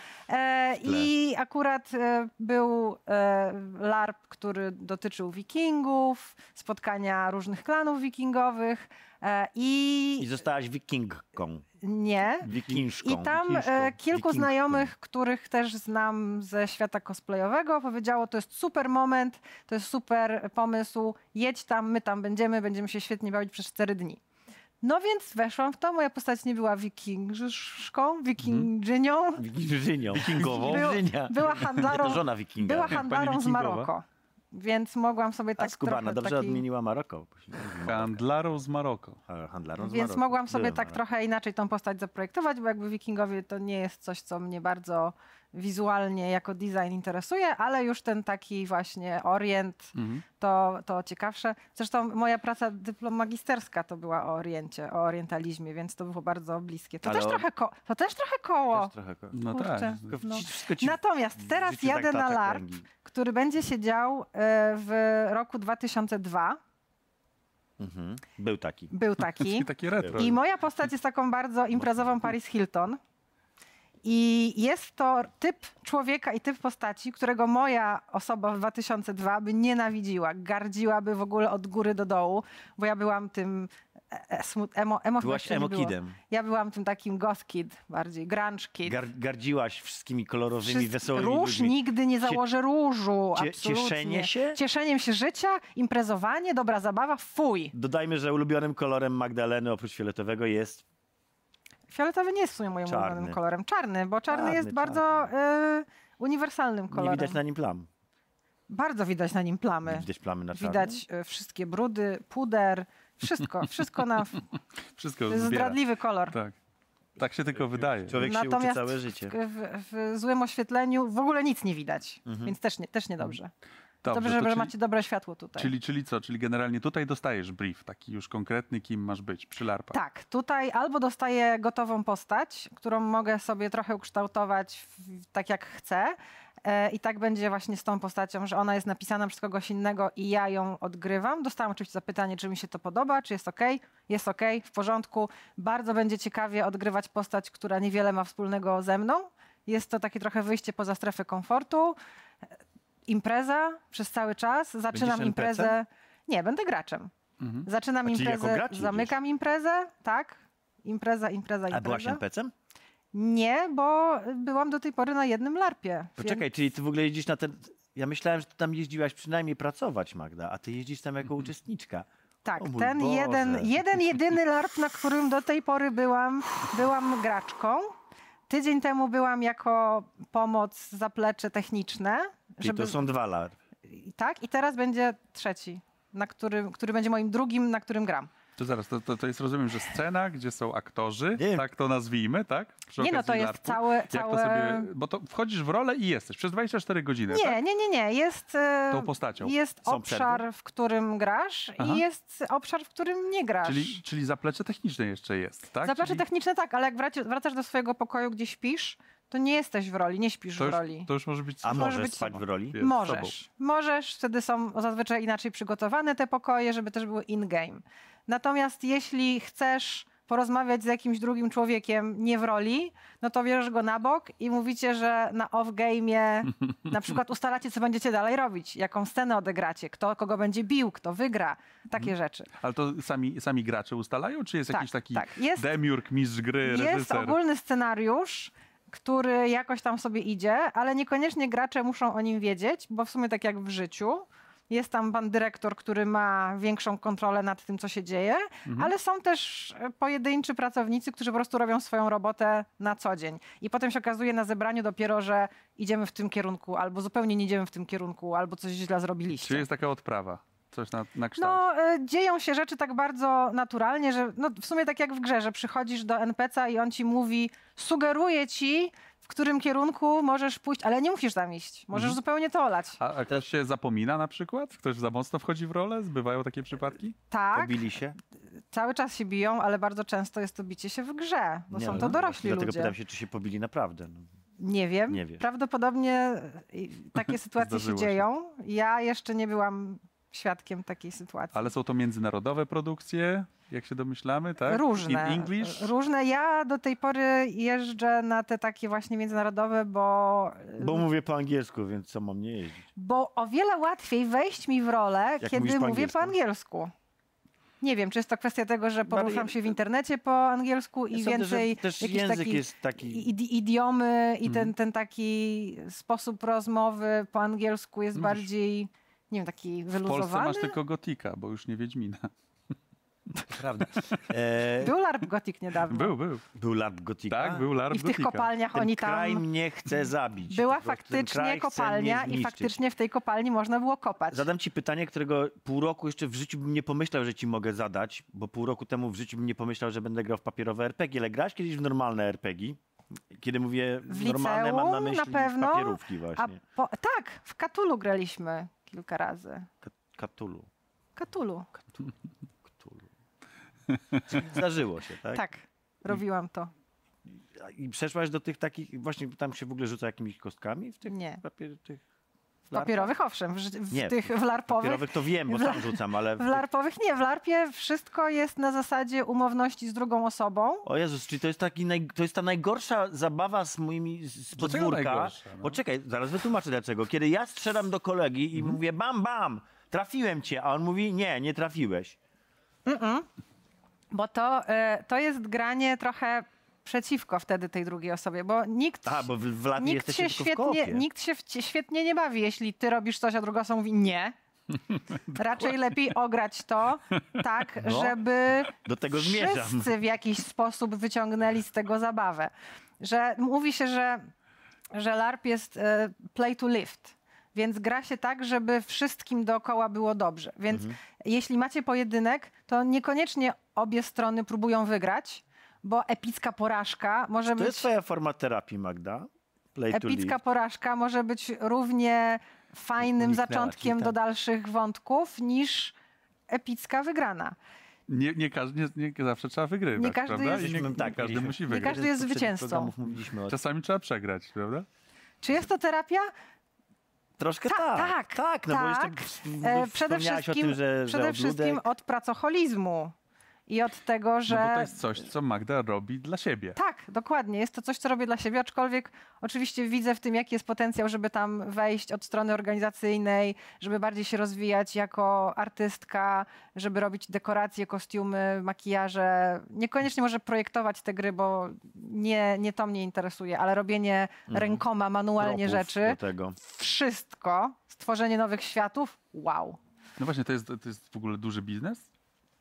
i akurat był LARP, który dotyczył wikingów, spotkania różnych klanów wikingowych I zostałaś wikingką. nie. Wikingszką. I tam Wikingszką. kilku Wikingką. znajomych, których też znam ze świata cosplayowego, powiedziało, to jest super moment, to jest super pomysł, jedź tam, my tam będziemy się świetnie bawić przez 4 dni. No więc weszłam w to, moja postać nie była wikingżką, wikingżynią, Wikingżynią. Wikingową. była handlarą, To żona wikinga. była Pani handlarą z wikingowa? Maroko. Więc mogłam sobie A tak skubana, trochę dobrze taki... odmieniła Maroko. bo się nie mówi Maroko. Handlarą z Maroko. Handlarą z Więc Maroku. mogłam sobie Byłem tak Maroko. trochę inaczej tą postać zaprojektować, bo jakby wikingowie to nie jest coś, co mnie bardzo wizualnie jako design interesuje, ale już ten taki właśnie orient, to ciekawsze. Zresztą moja praca magisterska to była o oriencie, o orientalizmie, więc to było bardzo bliskie. To Ale też o- trochę to też trochę koło. Też trochę No Kurczę. tak. Tylko No. wszystko ci Natomiast w teraz życiu jadę na zatacza LARP, kręgi. który będzie się dział w roku 2002. Był taki. Był taki. Taki retro. I moja postać jest taką bardzo imprezową Paris Hilton. I jest to typ człowieka i typ postaci, którego moja osoba w 2002 by nienawidziła, gardziłaby w ogóle od góry do dołu, bo ja byłam tym emo Byłaś jeszcze nie było. emo-kidem. Ja byłam tym takim goth kid, bardziej grunge kid. Gardziłaś wszystkimi kolorowymi, wesołymi Róż ludźmi. nigdy nie założę różu, cie- absolutnie. cieszenie się? Cieszeniem się życia, imprezowanie, dobra zabawa, fuj. Dodajmy, że ulubionym kolorem Magdaleny oprócz fioletowego jest Fioletowy nie jest w sumie moim Czarny. ulubionym kolorem. Czarny, bo czarny Czarny, jest bardzo uniwersalnym nie kolorem. widać na nim plam. Bardzo widać na nim plamy. Widać plamy na czarnym. Widać wszystkie brudy, puder, wszystko na... Wszystko To jest zbiera. zdradliwy kolor. Tak. Tak się tylko wydaje. Człowiek się uczy Natomiast całe życie. w złym oświetleniu w ogóle nic nie widać, więc też niedobrze. Dobrze, to że macie dobre światło tutaj. Czyli co? Czyli generalnie tutaj dostajesz brief, taki już konkretny, kim masz być przy larpach. Tak, tutaj albo dostaję gotową postać, którą mogę sobie trochę ukształtować tak jak chcę. I tak będzie właśnie z tą postacią, że ona jest napisana przez kogoś innego i ja ją odgrywam. Dostałam oczywiście zapytanie, czy mi się to podoba, czy jest okej. Jest okej, w porządku. Bardzo będzie ciekawie odgrywać postać, która niewiele ma wspólnego ze mną. Jest to takie trochę wyjście poza strefę komfortu. Impreza przez cały czas. Zaczynam Będziesz imprezę. NPC-em? Nie, będę graczem. Zaczynam A czyli jako imprezę, gracz zamykam imprezę, tak. Impreza. A byłaś NPC-em? Nie, bo byłam do tej pory na jednym larpie. Poczekaj, czyli ty w ogóle jeździsz na ten... Ja myślałem, że ty tam jeździłaś przynajmniej pracować, Magda, a ty jeździsz tam jako uczestniczka. Tak, O mój ten Boże. jedyny larp, na którym do tej pory byłam graczką. Tydzień temu byłam jako pomoc, zaplecze techniczne. Czyli to są 2 larpy. Tak, i teraz będzie trzeci, który będzie moim drugim, na którym gram. To zaraz, to jest, rozumiem, że scena, gdzie są aktorzy, Nie. tak to nazwijmy, tak? Przy Nie, no okazji to jest larpu. całe... Jak to sobie, bo to wchodzisz w rolę i jesteś przez 24 godziny, tak? Nie. Jest, Tą postacią. jest Są obszar, przerwy? w którym grasz Aha. i jest obszar, w którym nie grasz. Czyli zaplecze techniczne jeszcze jest, tak? Zaplecze Czyli... techniczne tak, ale jak wracasz do swojego pokoju, gdzie śpisz, to nie jesteś w roli, nie śpisz w roli. To już może być... A może możesz być spać w roli? Jest Możesz, wtedy są zazwyczaj inaczej przygotowane te pokoje, żeby też były in-game. Natomiast jeśli chcesz porozmawiać z jakimś drugim człowiekiem nie w roli, no to bierzesz go na bok i mówicie, że na off-game'ie na przykład ustalacie, co będziecie dalej robić, jaką scenę odegracie, kto kogo będzie bił, kto wygra, takie rzeczy. Ale to sami gracze ustalają, czy jest jakiś taki Jest, demiurg, mistrz gry, jest reżyser? ogólny scenariusz, który jakoś tam sobie idzie, ale niekoniecznie gracze muszą o nim wiedzieć, bo w sumie tak jak w życiu, jest tam pan dyrektor, który ma większą kontrolę nad tym, co się dzieje, ale są też pojedynczy pracownicy, którzy po prostu robią swoją robotę na co dzień. I potem się okazuje na zebraniu dopiero, że idziemy w tym kierunku, albo zupełnie nie idziemy w tym kierunku, albo coś źle zrobiliście. Czyli jest taka odprawa, coś na kształt. No, dzieją się rzeczy tak bardzo naturalnie, że no, w sumie tak jak w grze, że przychodzisz do NPC-a i on ci mówi, sugeruje ci, w którym kierunku możesz pójść, ale nie musisz tam iść. Możesz zupełnie to olać. A ktoś się zapomina na przykład? Ktoś za mocno wchodzi w rolę? Zbywają takie przypadki? Tak, Pobili się? cały czas się biją, ale bardzo często jest to bicie się w grze, bo Nie, są no, to dorośli dlatego ludzie. pytam się, czy się pobili naprawdę. No. Nie wiem. Nie wiesz. Prawdopodobnie takie sytuacje Zdarzyło się się. dzieją. Ja jeszcze nie byłam świadkiem takiej sytuacji. Ale są to międzynarodowe produkcje, jak się domyślamy, tak? Różne. In English? Różne. Ja do tej pory jeżdżę na te takie właśnie międzynarodowe, Bo mówię po angielsku, więc co mam nie jeździć? bo o wiele łatwiej wejść mi w rolę, Jak kiedy mówisz po mówię po angielsku. Nie wiem, czy jest to kwestia tego, że poruszam się w internecie po angielsku i Ja sądzę, że więcej też jakichś język takich jest taki... idiomy i ten taki sposób rozmowy po angielsku jest bardziej, nie wiem, taki W Polsce wyluzowany. masz tylko Gotika, bo już nie Wiedźmina. Prawda. Był LARP Gothic niedawno. Był. Był LARP Gotika? Tak, był LARP I w tych Gotika. kopalniach Ten oni kraj tam... mnie chce zabić. Była Po prostu ten faktycznie kraj chce kopalnia mnie i zniszczyć. faktycznie w tej kopalni można było kopać. Zadam ci pytanie, którego pół roku jeszcze w życiu bym nie pomyślał, że ci mogę zadać, bo pół roku temu w życiu bym nie pomyślał, że będę grał w papierowe RPG, ale grałeś kiedyś w normalne RPG? Kiedy mówię W normalne, mam na liceum myśli na pewno, papierówki właśnie. Tak, w Cthulhu graliśmy kilka razy. Cthulhu. Cthulhu. Cthulhu. Zdarzyło się, tak? Tak, robiłam to. I przeszłaś do tych takich, właśnie tam się w ogóle rzuca jakimiś kostkami w tych Nie. tych W papierowych owszem, Nie, w larpowych. papierowych to wiem, bo sam rzucam, ale... W larpowych nie, w larpie wszystko jest na zasadzie umowności z drugą osobą. O Jezus, czyli to jest, to jest ta najgorsza zabawa z moimi z Dlaczego podwórka. najgorsza, no? Poczekaj, zaraz wytłumaczę dlaczego. Kiedy ja strzelam do kolegi i mówię bam, bam, trafiłem cię, a on mówi nie trafiłeś. Bo to jest granie trochę przeciwko wtedy tej drugiej osobie, bo nikt, Aha, bo w lat nikt jesteście się tylko w kopie. nikt się świetnie nie bawi, jeśli ty robisz coś, a druga osoba mówi nie. Raczej lepiej ograć to tak, No, żeby do tego zmierzam. wszyscy w jakiś sposób wyciągnęli z tego zabawę. Że mówi się, że LARP jest play to lift. Więc gra się tak, żeby wszystkim dookoła było dobrze. Więc jeśli macie pojedynek, to niekoniecznie obie strony próbują wygrać, bo epicka porażka może To być... jest twoja forma terapii, Magda? Play to Epicka live. porażka może być równie fajnym Uniknęła ci, zaczątkiem tak. do dalszych wątków niż epicka wygrana. Nie zawsze trzeba wygrywać, Nie każdy prawda? jest- I nie Tak, każdy mieliśmy- musi nie wygrać. każdy jest Z poprzednich zwycięzcą. programów mówiliśmy o Czasami trzeba przegrać, prawda? Czy jest to terapia? Troszkę Tak, tak. No bo jeszcze Przede wspomniałaś o wszystkim, tym, że przede wszystkim odludek... od pracoholizmu i od tego, że... No bo to jest coś, co Magda robi dla siebie. Tak, dokładnie. Jest to coś, co robię dla siebie, aczkolwiek oczywiście widzę w tym, jaki jest potencjał, żeby tam wejść od strony organizacyjnej, żeby bardziej się rozwijać jako artystka, żeby robić dekoracje, kostiumy, makijaże. Niekoniecznie może projektować te gry, bo nie to mnie interesuje, ale robienie rękoma, manualnie propów rzeczy, do tego. wszystko, stworzenie nowych światów, wow. No właśnie, to jest w ogóle duży biznes?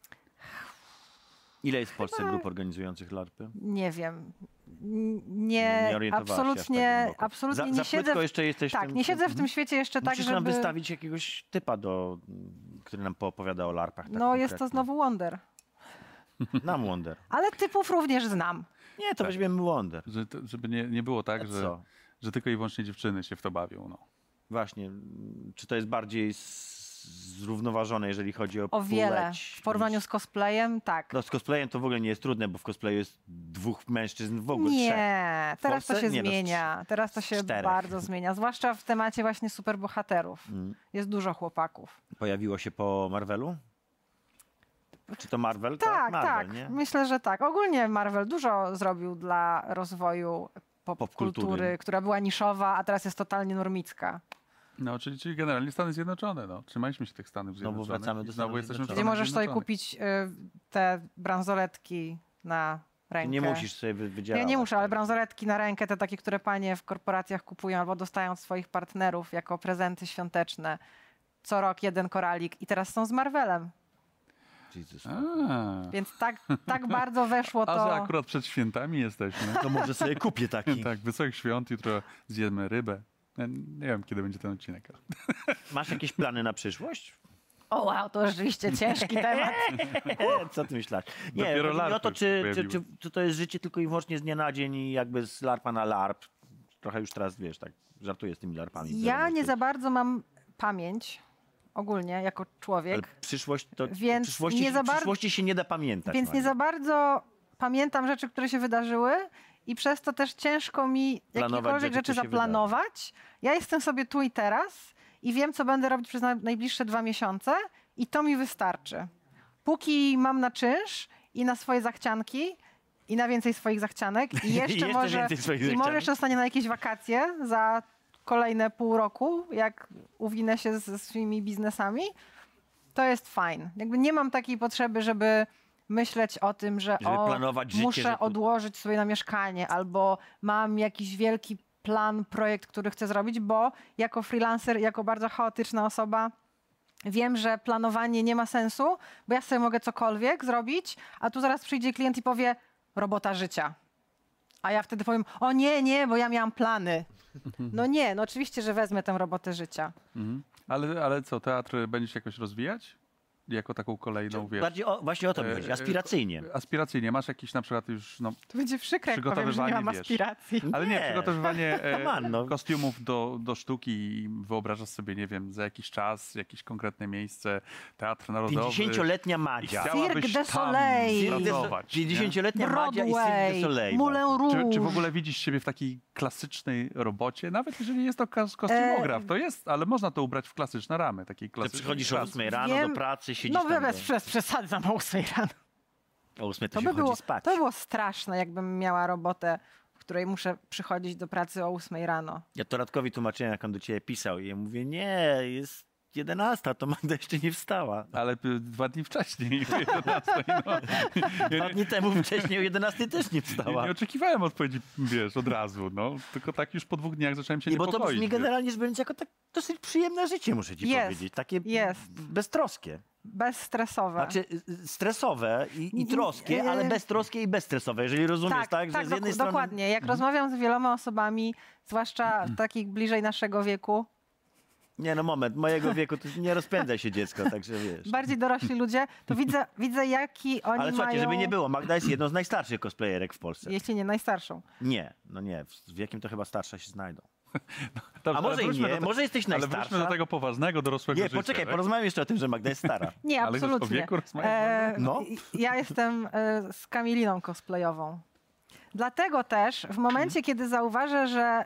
Ile jest w Polsce grup organizujących LARPy? Nie wiem. Nie orientowałaś się aż tak głęboko. absolutnie nie za siedzę. płytko jeszcze jesteś w Tak, tym- nie siedzę w tym świecie jeszcze tak, Musisz żeby... nam wystawić jakiegoś typa, który nam poopowiada o LARPach. Tak No jest to konkretnie. znowu Wonder. Nam Wonder. Ale typów również znam. Nie, to weźmiemy Wonder. Żeby nie było tak, A że, co? że tylko i wyłącznie dziewczyny się w to bawią. No. Właśnie, czy to jest bardziej zrównoważone, jeżeli chodzi o O wiele. płeć, W porównaniu niż- z cosplayem, tak. No z cosplayem to w ogóle nie jest trudne, bo w cosplayu jest 2 mężczyzn, w ogóle 3. Nie, teraz to Polsce? się Nie, no, zmienia. Teraz to się 4. bardzo zmienia. Zwłaszcza w temacie właśnie superbohaterów. Jest dużo chłopaków. Pojawiło się po Marvelu? Czy to Marvel? Tak, Marvel, tak. nie? Myślę, że tak. Ogólnie Marvel dużo zrobił dla rozwoju popkultury, Popkultury. która była niszowa, a teraz jest totalnie normicka. No, czyli generalnie Stany Zjednoczone. No. Trzymaliśmy się tych Stanów bo Zjednoczonych. wracamy do I znowu Stanów jesteśmy w Zjednoczonych. Gdzie Stanach możesz sobie Zjednoczonych. kupić te bransoletki na Ty rękę. nie musisz sobie wydziałać. Ja nie muszę, ale bransoletki na rękę, te takie, które panie w korporacjach kupują albo dostają od swoich partnerów jako prezenty świąteczne. Co rok jeden koralik i teraz są z Marvelem. Jezus. Więc tak bardzo weszło A że to. akurat przed świętami jesteśmy. To może sobie kupię taki. Tak, wesołych świąt, jutro zjemy rybę. Ja nie wiem, kiedy będzie ten odcinek. Masz jakieś plany na przyszłość? O wow, to rzeczywiście ciężki temat. Co ty myślasz? Dopiero chodzi mi o larpy to, już czy, się czy, czy, czy to jest życie tylko i wyłącznie z dnia na dzień i jakby z larpa na larp. Trochę już teraz, wiesz, tak żartuję z tymi larpami. Ja nie za bardzo mam pamięć ogólnie jako Ale człowiek, przyszłość to Więc przyszłości, nie za bardzo- przyszłości się nie da pamiętać. więc nie Magda. za bardzo pamiętam rzeczy, które się wydarzyły i przez to też ciężko mi Planować jakiekolwiek rzeczy, rzeczy co się zaplanować. Ja jestem sobie tu i teraz i wiem, co będę robić przez najbliższe 2 miesiące i to mi wystarczy. Póki mam na czynsz i na swoje zachcianki i na więcej swoich zachcianek i jeszcze, Jeszcze może, więcej swoich i może zachcianek. jeszcze zostanie na jakieś wakacje za kolejne pół roku, jak uwinę się ze swoimi biznesami, to jest fajne. Jakby nie mam takiej potrzeby, żeby myśleć o tym, że Żeby planować życie, muszę że tu- odłożyć sobie na mieszkanie albo mam jakiś wielki plan, projekt, który chcę zrobić, bo jako freelancer, jako bardzo chaotyczna osoba wiem, że planowanie nie ma sensu, bo ja sobie mogę cokolwiek zrobić, a tu zaraz przyjdzie klient i powie robota życia. A ja wtedy powiem, o nie, bo ja miałam plany. No nie, no oczywiście, że wezmę tę robotę życia. Mhm. Ale co, teatr będziesz jakoś rozwijać? Jako taką kolejną, wiesz... Bardziej właśnie o to mi chodzi, aspiracyjnie. Aspiracyjnie. Masz jakiś na przykład już, no, To będzie przykre, jak powiem, że nie Przygotowywanie, mam wiesz. aspiracji. ale nie, Nie. przygotowywanie Come on, no. kostiumów do sztuki i wyobrażasz sobie, nie wiem, za jakiś czas, jakieś konkretne miejsce, teatr narodowy. 50-letnia I Madzia. chciałabyś Cirque du tam Soleil. pracować, nie? 50-letnia Madzia i Cirque du Broadway, Soleil. Moulin Rouge. Czy w ogóle widzisz siebie w takiej klasycznej robocie? Nawet jeżeli jest to kostiumograf, to jest, ale można to ubrać w klasyczne ramy, takiej Ty klasycznej przychodzisz o pracy. 8 rano Wiem. do pracy, siedzisz No tam bez przesady za mało rano. o 8 to To się by, chodzi było, spać. to by było straszne, jakbym miała robotę, w której muszę przychodzić do pracy o 8 rano. Ja to Radkowi tłumaczyłem, jak on do ciebie pisał i ja mówię, nie, jest 11, to Magda jeszcze nie wstała. Ale 2 dni wcześniej, o 11, no. 2 dni temu wcześniej o 11 też nie wstała. Nie oczekiwałem odpowiedzi, wiesz, od razu, no. Tylko tak już po 2 dniach zacząłem się Nie, bo niepokoić. to brzmi wiesz. generalnie rzecz biorąc jako tak dosyć przyjemne życie, muszę ci Jest, powiedzieć. Takie jest. beztroskie. Bezstresowe. Znaczy stresowe i troskie, ale beztroskie i bezstresowe, jeżeli rozumiesz, tak? Że z jednej strony... dokładnie. Jak rozmawiam z wieloma osobami, zwłaszcza takich bliżej naszego wieku, Nie, no moment, mojego wieku to nie rozpędzaj się dziecko, także wiesz. bardziej dorośli ludzie, to widzę jaki oni Ale słuchajcie, mają... żeby nie było, Magda jest jedną z najstarszych cosplayerek w Polsce. Jeśli nie najstarszą. Nie, no nie, z wiekiem to chyba starsza się znajdą. Dobrze, A może ale i wróćmy nie, do te- może jesteś Ale najstarsza. wróćmy do tego poważnego, dorosłego Nie, życia. poczekaj, tak? porozmawiam jeszcze o tym, że Magda jest stara. Nie, Ale już o absolutnie. wieku rozmawiamy. No. Ja jestem z Kamiliną cosplayową. Dlatego też w momencie, kiedy zauważę, że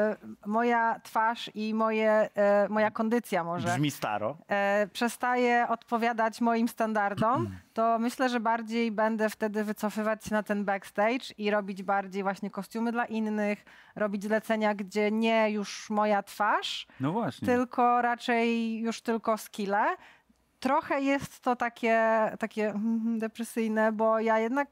moja twarz i moja kondycja może Brzmi staro. przestaje odpowiadać moim standardom, to myślę, że bardziej będę wtedy wycofywać się na ten backstage i robić bardziej właśnie kostiumy dla innych, robić zlecenia, gdzie nie już moja twarz, No właśnie. tylko raczej już tylko skille. Trochę jest to takie depresyjne, bo ja jednak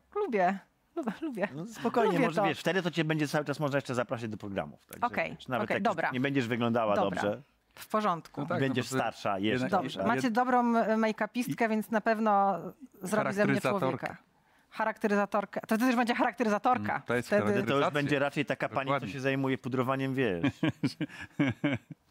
lubię. No spokojnie, Lubię może to. wiesz, wtedy to cię będzie cały czas można jeszcze zapraszać do programów. Także, Okej, wiesz, nawet okej, jak dobra. już nie będziesz wyglądała Dobra. dobrze, W porządku. No tak, będziesz no bo to starsza jeszcze. jednak- Dobrze. tak? Macie dobrą make-upistkę, więc na pewno zrobi ze mnie Charakteryzatorkę. człowieka. Charakteryzatorkę. To wtedy już będzie charakteryzatorka. To jest Wtedy... To już Charakteryzacja. będzie raczej taka pani, Dokładnie. co się zajmuje pudrowaniem, wiesz.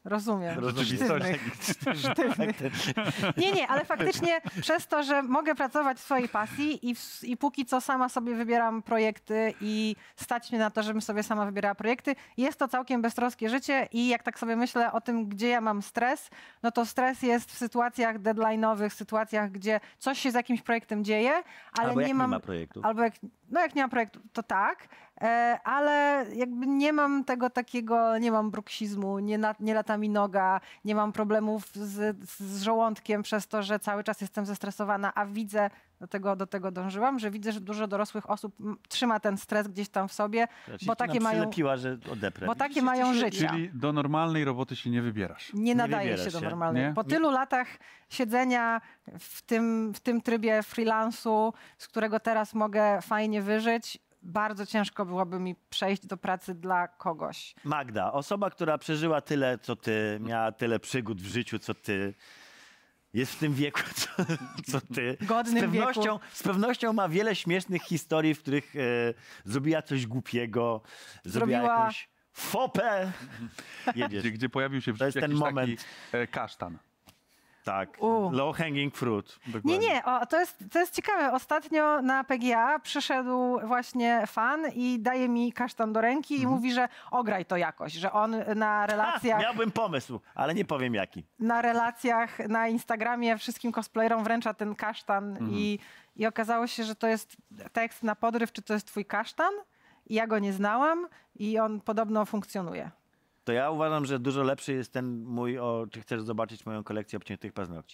Rozumiem. Rzeczywistości. Sztywnych. Nie, ale faktycznie przez to, że mogę pracować w swojej pasji i póki co sama sobie wybieram projekty i stać mnie na to, żebym sobie sama wybierała projekty, jest to całkiem beztroskie życie i jak tak sobie myślę o tym, gdzie ja mam stres, no to stres jest w sytuacjach deadline'owych, sytuacjach, gdzie coś się z jakimś projektem dzieje, ale Albo jak nie nie mam... ma projektu. Albo jak nie ma projektu, to tak, ale jakby nie mam tego takiego, nie mam bruksizmu, nie lata mi noga, nie mam problemów z żołądkiem przez to, że cały czas jestem zestresowana, a widzę, do tego dążyłam, że widzę, że dużo dorosłych osób trzyma ten stres gdzieś tam w sobie, bo takie mają, że odeprę. bo takie mają życia. Czyli do normalnej roboty się nie wybierasz. Nie nadaje wybierasz się do się. normalnej. Nie? Po tylu latach siedzenia w tym trybie freelansu, z którego teraz mogę fajnie wyżyć, bardzo ciężko byłoby mi przejść do pracy dla kogoś. Magda, osoba, która przeżyła tyle, co ty, miała tyle przygód w życiu, co ty, jest w tym wieku, co ty. Godnym wieku. Z pewnością ma wiele śmiesznych historii, w których zrobiła coś głupiego, zrobiła jakąś fopę. Jedziesz. Gdzie pojawił się w To jest życiu ten jakiś moment. taki kasztan. Tak, Low hanging fruit. Dokładnie. Nie, to jest ciekawe. Ostatnio na PGA przyszedł właśnie fan i daje mi kasztan do ręki i mówi, że ograj to jakoś, że on na relacjach... Miałbym pomysł, ale nie powiem jaki. Na relacjach na Instagramie wszystkim cosplayerom wręcza ten kasztan i okazało się, że to jest tekst na podryw, czy to jest twój kasztan? I ja go nie znałam i on podobno funkcjonuje. To ja uważam, że dużo lepszy jest ten mój, czy chcesz zobaczyć moją kolekcję obciętych paznokci.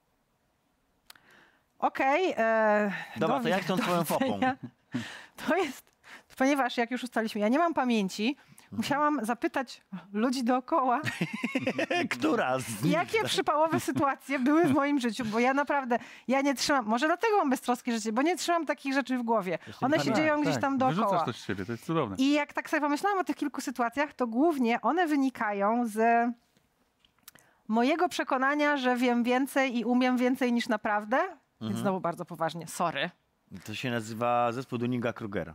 Okej. Dobra, to jak tą twoją fopą? To jest, ponieważ jak już ustaliliśmy, ja nie mam pamięci, musiałam zapytać ludzi dookoła, Która z nich? jakie przypałowe sytuacje były w moim życiu, bo ja naprawdę, ja nie trzymam, może dlatego mam beztroskie życie, bo nie trzymam takich rzeczy w głowie. One się dzieją gdzieś tam Wyrzucasz dookoła. to z siebie, to jest cudowne. I jak tak sobie pomyślałam o tych kilku sytuacjach, to głównie one wynikają z mojego przekonania, że wiem więcej i umiem więcej niż naprawdę. Więc znowu bardzo poważnie, sorry. To się nazywa zespół Dunninga-Krugera.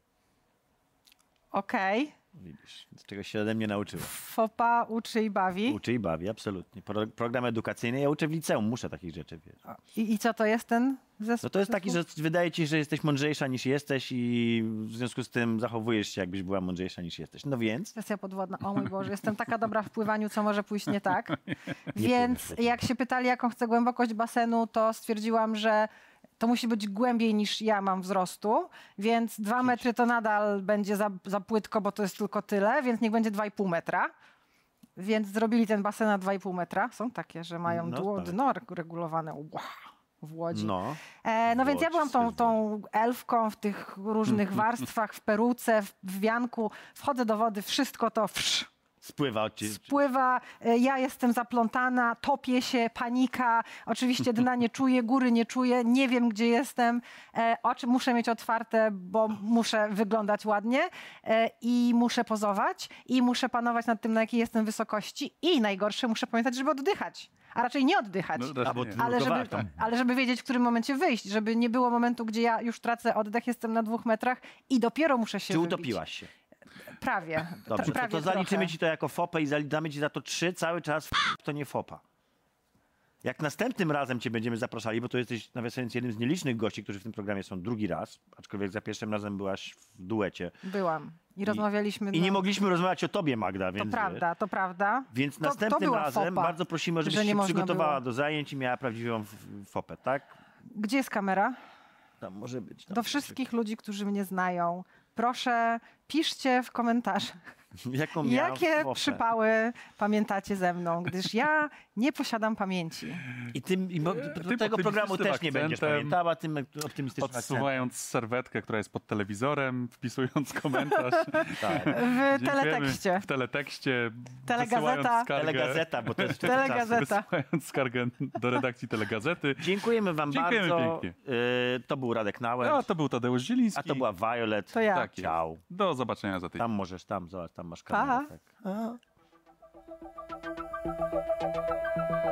Okej. Widzisz, z czego się ode mnie nauczyła. Fopa uczy i bawi. Uczy i bawi, absolutnie. Program edukacyjny, ja uczę w liceum, muszę takich rzeczy, wiesz. I co to jest ten zespół? No to jest taki, że wydaje ci się, że jesteś mądrzejsza niż jesteś i w związku z tym zachowujesz się, jakbyś była mądrzejsza niż jesteś. No więc... Kwestia podwodna. O mój Boże, jestem taka dobra w pływaniu, co może pójść nie tak. Więc jak się pytali, jaką chcę głębokość basenu, to stwierdziłam, że to musi być głębiej niż ja mam wzrostu, więc 2 metry to nadal będzie za płytko, bo to jest tylko tyle, więc niech będzie 2,5 metra. Więc zrobili ten basen na 2,5 metra. Są takie, że mają dno regulowane. Wow, w Łodzi. No, No więc ja byłam Łódź, tą elfką w tych różnych warstwach, w peruce, w wianku. Wchodzę do wody, wszystko to spływa od spływa, ja jestem zaplątana, topię się, panika, oczywiście dna nie czuję, góry nie czuję, nie wiem gdzie jestem, oczy muszę mieć otwarte, bo muszę wyglądać ładnie i muszę pozować i muszę panować nad tym, na jakiej jestem wysokości i najgorsze, muszę pamiętać, żeby oddychać. A raczej nie oddychać, ale żeby wiedzieć, w którym momencie wyjść, żeby nie było momentu, gdzie ja już tracę oddech, jestem na 2 metrach i dopiero muszę się wybić. Czy utopiłaś się? Prawie. Dobrze, prawie to zaliczymy trochę. ci to jako fopę i damy ci za to 3 cały czas, to nie fopa. Jak następnym razem cię będziemy zapraszali, bo to jesteś, nawiasem mówiąc, jednym z nielicznych gości, którzy w tym programie są drugi raz, aczkolwiek za pierwszym razem byłaś w duecie. Byłam. I rozmawialiśmy. I nie mogliśmy rozmawiać o tobie, Magda, więc... To prawda. Więc To następnym była razem fopa, bardzo prosimy, żebyś że nie się można przygotowała było. do zajęć i miała prawdziwą fopę, tak? Gdzie jest kamera? Tam może być. Tam Do wszystkich ludzi, którzy mnie znają, proszę, piszcie w komentarzach, Jaką miałam jakie fopę. przypały pamiętacie ze mną, gdyż ja nie posiadam pamięci. I do tego programu też nie będziesz akcentem, pamiętała, tym optymistycznym akcentem. Odsuwając serwetkę, która jest pod telewizorem, wpisując komentarz. Tak. W teletekście. W teletekście. Telegazeta. wysyłając skargę- Telegazeta, bo to jest Telegazeta. Wysyłając skargę do redakcji Telegazety. Dziękujemy wam Dziękujemy bardzo. pięknie. To był Radek Nauer, A to był Tadeusz Zieliński. a to była Violet. To ja. Tak jest. Ciao. Do zobaczenia za tydzień. Tam możesz, tam, zobacz, tam masz Pa. kamerę. Tak.